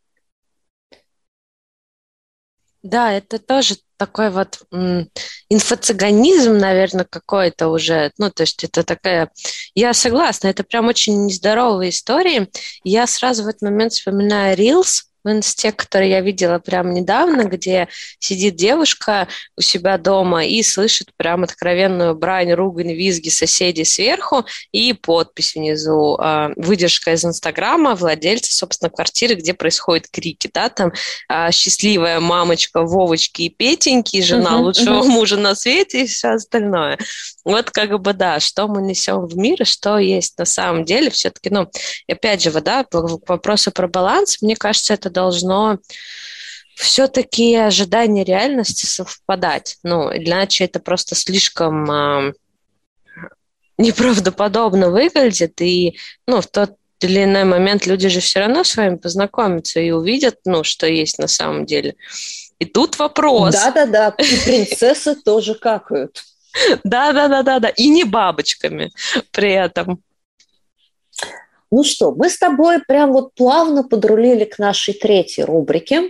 Да, это тоже такой вот инфо-цыганизм, наверное, какой-то уже. Ну, то есть это такая... Я согласна, это прям очень нездоровые истории. Я сразу в этот момент вспоминаю Reels в Инсте, который я видела прям недавно, где сидит девушка у себя дома и слышит прям откровенную брань, ругань, визги соседей сверху и подпись внизу, выдержка из Инстаграма владельца, собственно, квартиры, где происходят крики, да, там счастливая мамочка Вовочки и Петеньки, жена лучшего мужа на свете и все остальное. Вот как бы, да, что мы несем в мир и что есть на самом деле все-таки, ну, опять же, да, к вопросу про баланс, мне кажется, это должно все-таки ожидание реальности совпадать. Ну, иначе это просто слишком неправдоподобно выглядит, и, ну, в тот или иной момент люди же все равно с вами познакомятся и увидят, ну, что есть на самом деле. И тут вопрос. Да-да-да, и принцессы тоже какают. Да, и не бабочками при этом. Ну что, мы с тобой прям вот плавно подрулили к нашей 3-й рубрике.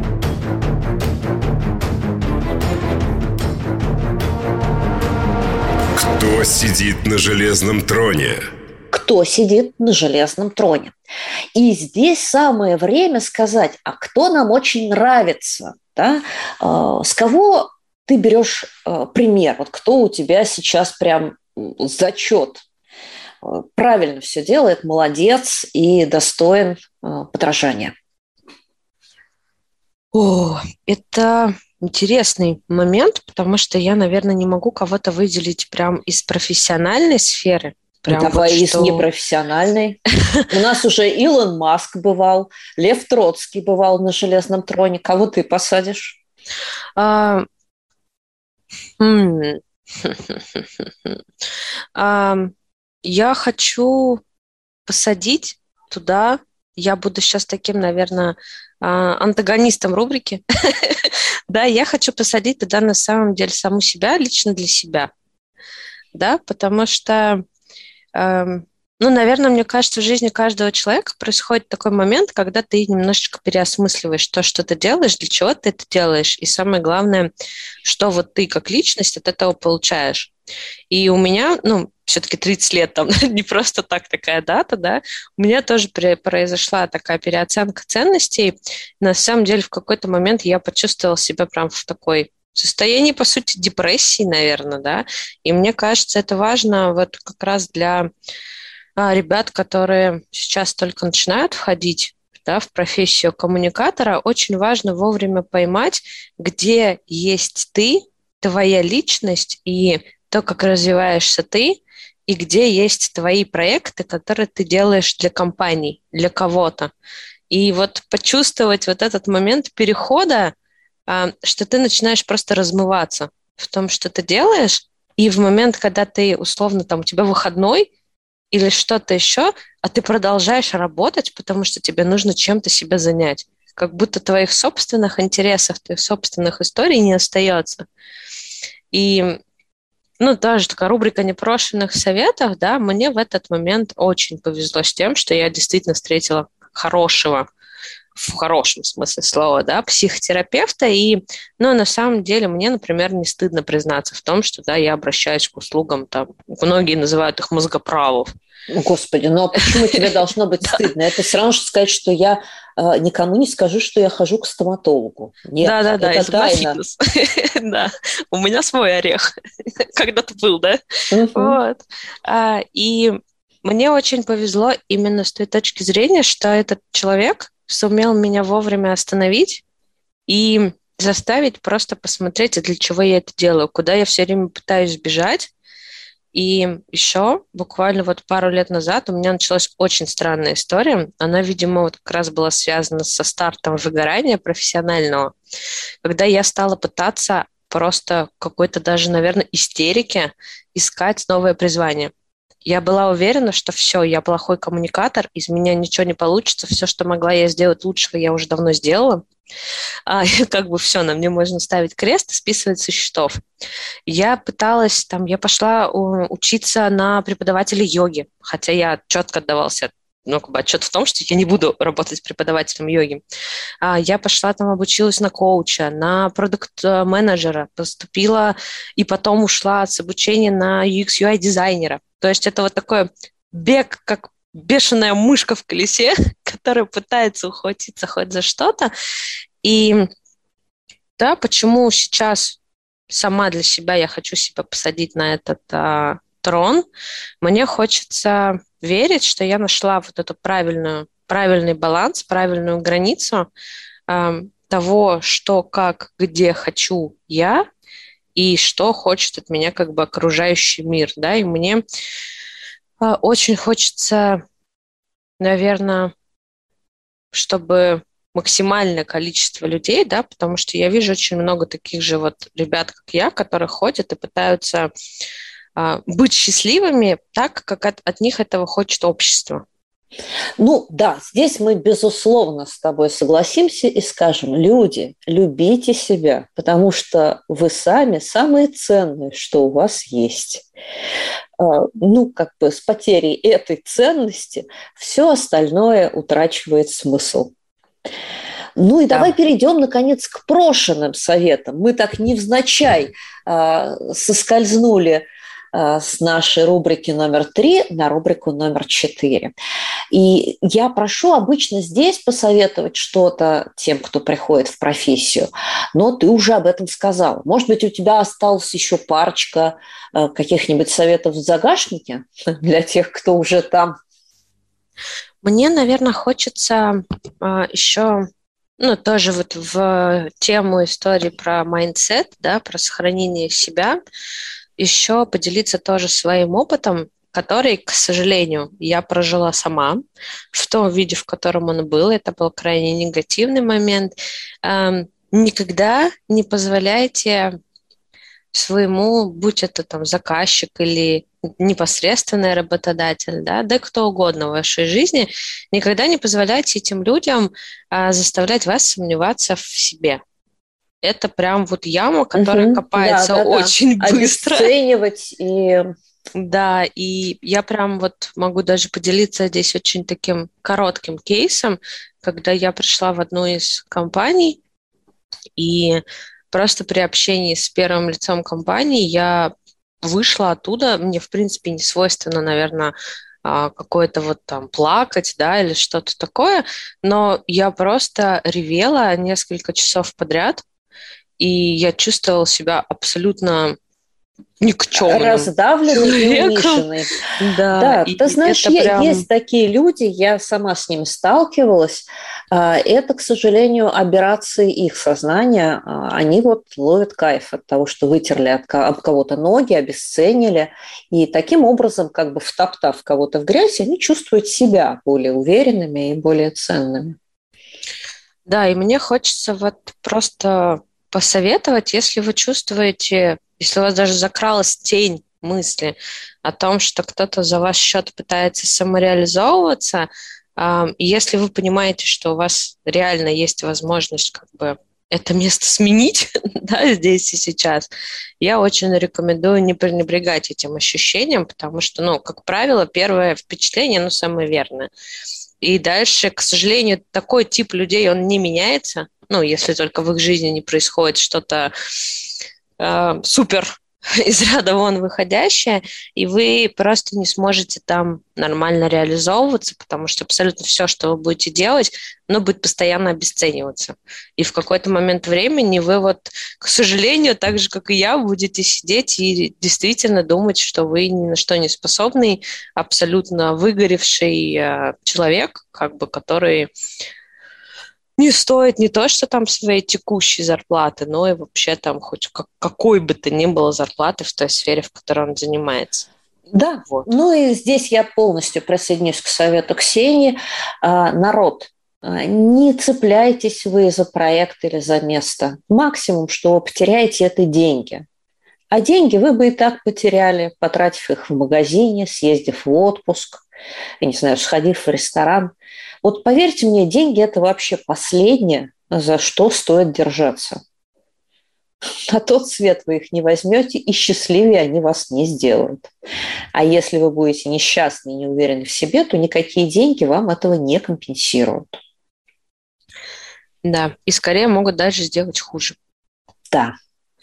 Кто сидит на железном троне? Кто сидит на железном троне? И здесь самое время сказать, а кто нам очень нравится, да? С кого ты берешь пример? Вот кто у тебя сейчас прям зачет? Правильно все делает, молодец и достоин подражания. О, это интересный момент, потому что я, наверное, не могу кого-то выделить прям из профессиональной сферы. Прям давай вот из что... непрофессиональной. У нас уже Илон Маск бывал, Лев Троцкий бывал на железном троне. Кого ты посадишь? Я хочу посадить туда, я буду сейчас таким, наверное, антагонистом рубрики, да, я хочу посадить туда на самом деле саму себя, лично для себя, да, потому что, ну, наверное, мне кажется, в жизни каждого человека происходит такой момент, когда ты немножечко переосмысливаешь то, что ты делаешь, для чего ты это делаешь, и самое главное, что вот ты как личность от этого получаешь. И у меня, ну, все-таки 30 лет, там, не просто так такая дата, да, у меня тоже произошла такая переоценка ценностей. На самом деле, в какой-то момент я почувствовала себя прям в такой состоянии, по сути, депрессии, наверное, да, и мне кажется, это важно вот как раз для ребят, которые сейчас только начинают входить в да, в профессию коммуникатора, очень важно вовремя поймать, где есть ты, твоя личность и то, как развиваешься ты, и где есть твои проекты, которые ты делаешь для компаний, для кого-то. И вот почувствовать вот этот момент перехода, что ты начинаешь просто размываться в том, что ты делаешь, и в момент, когда ты, условно, там, у тебя выходной или что-то еще, а ты продолжаешь работать, потому что тебе нужно чем-то себя занять. Как будто твоих собственных интересов, твоих собственных историй не остается. И, тоже такая рубрика непрошенных советов, да, мне в этот момент очень повезло с тем, что я действительно встретила хорошего, в хорошем смысле слова, да, психотерапевта, и, на самом деле мне, например, не стыдно признаться в том, что, да, я обращаюсь к услугам, там, многие называют их мозгоправов. Господи, а почему тебе должно быть стыдно? Это все равно, что сказать, что я никому не скажу, что я хожу к стоматологу. Нет, да, это тайна. Да, у меня свой орех. Когда-то был, да? Вот. И мне очень повезло именно с той точки зрения, что этот человек сумел меня вовремя остановить и заставить просто посмотреть, для чего я это делаю, куда я все время пытаюсь бежать. И еще буквально вот пару лет назад у меня началась очень странная история. Она, видимо, вот как раз была связана со стартом выгорания профессионального, когда я стала пытаться просто какой-то даже, наверное, истерике искать новое призвание. Я была уверена, что все, я плохой коммуникатор, из меня ничего не получится, все, что могла я сделать лучшего, я уже давно сделала. Как бы все, на мне можно ставить крест и списывать со счетов. Я пыталась, я пошла учиться на преподавателя йоги, хотя я четко отдавался отчет в том, что я не буду работать преподавателем йоги. Я пошла обучилась на коуча, на продукт-менеджера, поступила и потом ушла с обучения на UX-UI-дизайнера. То есть это вот такой бег, как бешеная мышка в колесе, которая пытается ухватиться хоть за что-то. И да, почему сейчас сама для себя я хочу себя посадить на этот трон, мне хочется верить, что я нашла вот эту правильный баланс, правильную границу того, что, как, где хочу я и что хочет от меня как бы окружающий мир, да, и мне очень хочется, наверное, чтобы максимальное количество людей, да, потому что я вижу очень много таких же вот ребят, как я, которые ходят и пытаются быть счастливыми так, как от них этого хочет общество. Да, здесь мы, безусловно, с тобой согласимся и скажем: люди, любите себя, потому что вы сами самое ценное, что у вас есть. С потерей этой ценности все остальное утрачивает смысл. И давай перейдем, наконец, к брошенным советам. Мы так невзначай соскользнули с нашей рубрики номер 3 на рубрику номер 4. И я прошу обычно здесь посоветовать что-то тем, кто приходит в профессию, но ты уже об этом сказала. Может быть, у тебя осталась еще парочка каких-нибудь советов в загашнике для тех, кто уже там? Мне, наверное, хочется еще, тоже вот в тему истории про майндсет, да, про сохранение себя, еще поделиться тоже своим опытом, который, к сожалению, я прожила сама в том виде, в котором он был. Это был крайне негативный момент. Никогда не позволяйте своему, будь это заказчик или непосредственный работодатель, да кто угодно в вашей жизни, никогда не позволяйте этим людям заставлять вас сомневаться в себе. Это прям вот яма, которая копается очень быстро. Обесценивать и... Да, и я прям вот могу даже поделиться здесь очень таким коротким кейсом, когда я пришла в одну из компаний, и просто при общении с первым лицом компании я вышла оттуда, мне, в принципе, не свойственно, наверное, какое-то плакать, да, или что-то такое, но я просто ревела несколько часов подряд, и я чувствовала себя абсолютно никчемным раздавленный и человеком. униженный. Да, ты знаешь, прям... есть такие люди, я сама с ними сталкивалась. Это, к сожалению, аберрации их сознания. Они вот ловят кайф от того, что вытерли об кого-то ноги, обесценили. И таким образом, как бы втоптав кого-то в грязь, они чувствуют себя более уверенными и более ценными. Да, и мне хочется вот просто посоветовать, если вы чувствуете, если у вас даже закралась тень мысли о том, что кто-то за ваш счет пытается самореализовываться, если вы понимаете, что у вас реально есть возможность как бы это место сменить, да, здесь и сейчас, я очень рекомендую не пренебрегать этим ощущением, потому что, как правило, первое впечатление, самое верное. И дальше, к сожалению, такой тип людей, он не меняется, если только в их жизни не происходит что-то супер из ряда вон выходящее, и вы просто не сможете там нормально реализовываться, потому что абсолютно все, что вы будете делать, будет постоянно обесцениваться. И в какой-то момент времени вы к сожалению, так же, как и я, будете сидеть и действительно думать, что вы ни на что не способный, абсолютно выгоревший человек, который не стоит не то, что там своей текущей зарплаты, но и вообще там хоть какой бы то ни было зарплаты в той сфере, в которой он занимается. Да, и здесь я полностью присоединюсь к совету Ксении. Народ, не цепляйтесь вы за проект или за место. Максимум, что вы потеряете, это деньги. А деньги вы бы и так потеряли, потратив их в магазине, съездив в отпуск, я не знаю, сходив в ресторан. Вот поверьте мне, деньги – это вообще последнее, за что стоит держаться. На тот свет вы их не возьмете, и счастливее они вас не сделают. А если вы будете несчастны и не уверены в себе, то никакие деньги вам этого не компенсируют. Да, и скорее могут даже сделать хуже. Да.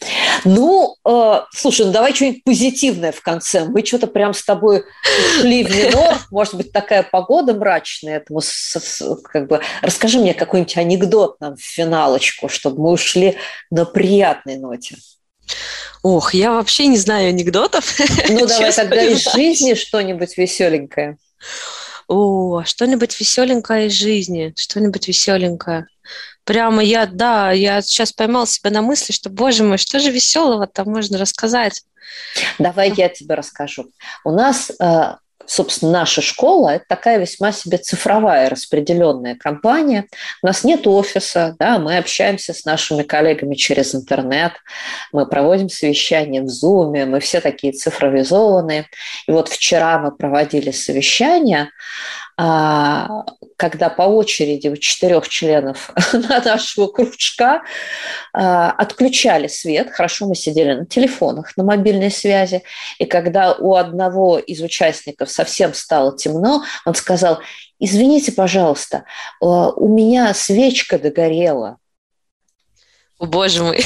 Слушай, давай что-нибудь позитивное в конце. Мы что-то прям с тобой ушли в минор. Может быть, такая погода мрачная. Этому расскажи мне какой-нибудь анекдот нам в финалочку, чтобы мы ушли на приятной ноте. Ох, я вообще не знаю анекдотов. Давай тогда из жизни что-нибудь веселенькое. Что-нибудь веселенькое из жизни. Что-нибудь веселенькое. Прямо я сейчас поймал себя на мысли, что, боже мой, что же веселого-то можно рассказать? Давай я тебе расскажу. У нас, собственно, наша школа – это такая весьма себе цифровая распределенная компания. У нас нет офиса, да, мы общаемся с нашими коллегами через интернет, мы проводим совещания в Zoom, мы все такие цифровизованные. И вот вчера мы проводили совещание, когда по очереди у 4 членов нашего кружка отключали свет. Хорошо, мы сидели на телефонах, на мобильной связи. И когда у одного из участников совсем стало темно, он сказал: извините, пожалуйста, у меня свечка догорела. О, боже мой.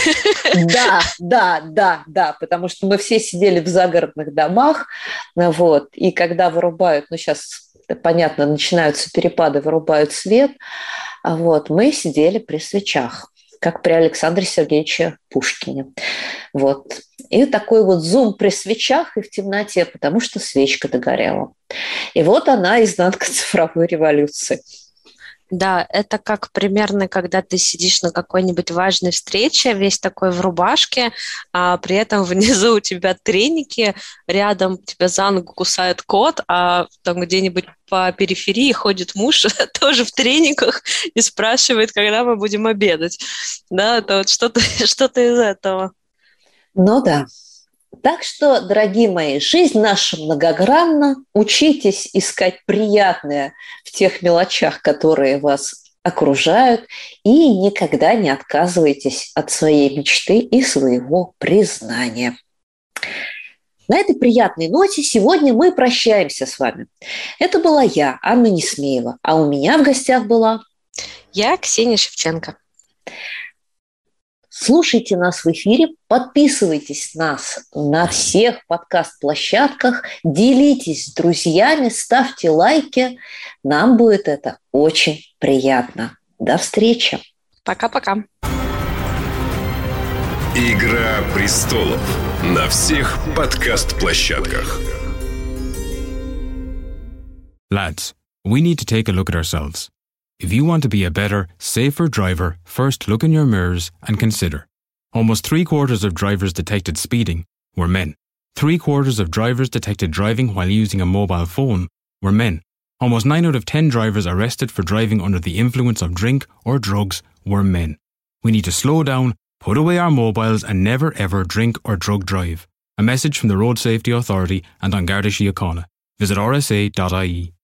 Да, потому что мы все сидели в загородных домах, и когда вырубают, сейчас понятно, начинаются перепады, вырубают свет, мы сидели при свечах, как при Александре Сергеевиче Пушкине. И такой зум при свечах и в темноте, потому что свечка догорела. И она, изнанка цифровой революции. Да, это как примерно, когда ты сидишь на какой-нибудь важной встрече, весь такой в рубашке, а при этом внизу у тебя треники, рядом тебя за ногу кусает кот, а там где-нибудь по периферии ходит муж тоже в трениках и спрашивает, когда мы будем обедать. Да, это что-то из этого. Да. Так что, дорогие мои, жизнь наша многогранна. Учитесь искать приятное в тех мелочах, которые вас окружают, и никогда не отказывайтесь от своей мечты и своего признания. На этой приятной ноте сегодня мы прощаемся с вами. Это была я, Анна Несмеева, а у меня в гостях была... Я, Ксения Шевченко. Слушайте нас в эфире, подписывайтесь на всех подкаст-площадках, делитесь с друзьями, ставьте лайки. Нам будет это очень приятно. До встречи. Пока-пока. «Игра престолов» на всех подкаст-площадках. Lads, we need to take a look at ourselves. If you want to be a better, safer driver, first look in your mirrors and consider. Almost 3/4 of drivers detected speeding were men. 3/4 of drivers detected driving while using a mobile phone were men. Almost 9 out of 10 drivers arrested for driving under the influence of drink or drugs were men. We need to slow down, put away our mobiles and never ever drink or drug drive. A message from the Road Safety Authority and An Garda Síochána. Visit rsa.ie.